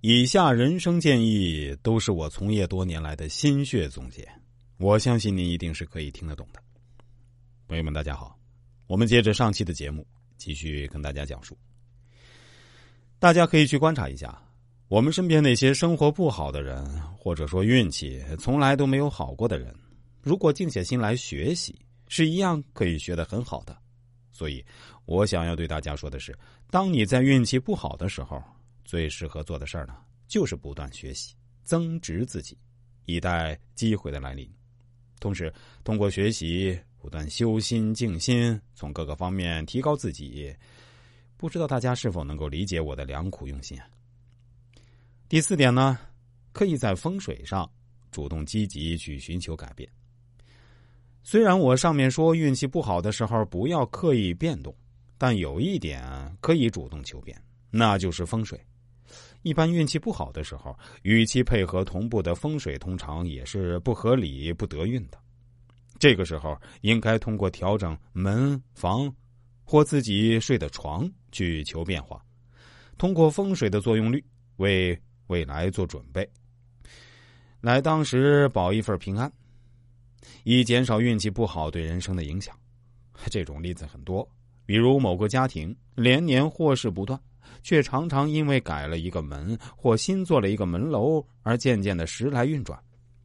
以下人生建议都是我从业多年来的心血总结，我相信您一定是可以听得懂的。朋友们大家好，我们接着上期的节目继续跟大家讲述。大家可以去观察一下我们身边那些生活不好的人，或者说运气从来都没有好过的人，如果静下心来学习，是一样可以学得很好的。所以我想要对大家说的是，当你在运气不好的时候，最适合做的事儿呢，就是不断学习，增值自己，以待机会的来临。同时通过学习不断修心静心，从各个方面提高自己。不知道大家是否能够理解我的良苦用心啊？第4点呢，可以在风水上主动积极去寻求改变。虽然我上面说运气不好的时候不要刻意变动，但有一点可以主动求变，那就是风水。一般运气不好的时候，与其配合同步的风水，通常也是不合理不得运的。这个时候应该通过调整门房或自己睡的床去求变化，通过风水的作用力为未来做准备，来当时保一份平安，以减少运气不好对人生的影响。这种例子很多，比如某个家庭连年祸事不断，却常常因为改了一个门或新做了一个门楼而渐渐的时来运转。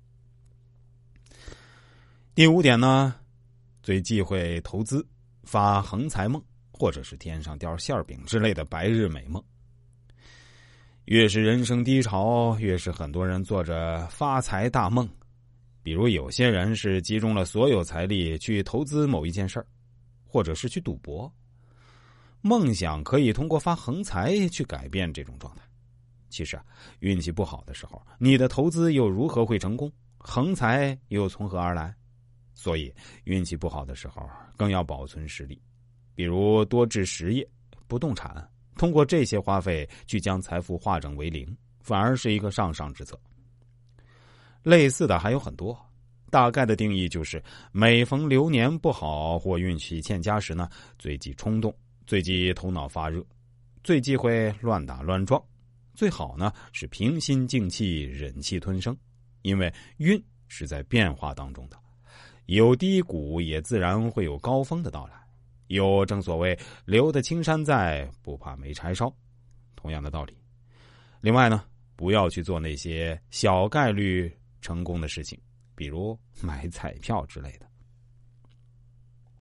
第5点呢，最忌讳投资发横财梦，或者是天上掉馅饼之类的白日美梦。越是人生低潮，越是很多人做着发财大梦。比如有些人是集中了所有财力去投资某一件事儿，或者是去赌博。梦想可以通过发横财去改变这种状态。其实运气不好的时候，你的投资又如何会成功？横财又从何而来？所以运气不好的时候更要保存实力，比如多置实业、不动产，通过这些花费去将财富化整为零，反而是一个上之策。类似的还有很多，大概的定义就是，每逢流年不好或运气欠佳时呢，最忌冲动，最忌头脑发热，最忌讳乱打乱撞。最好呢是平心静气，忍气吞声，因为运是在变化当中的，有低谷也自然会有高峰的到来。有正所谓留得青山在，不怕没柴烧，同样的道理。另外呢，不要去做那些小概率成功的事情，比如买彩票之类的。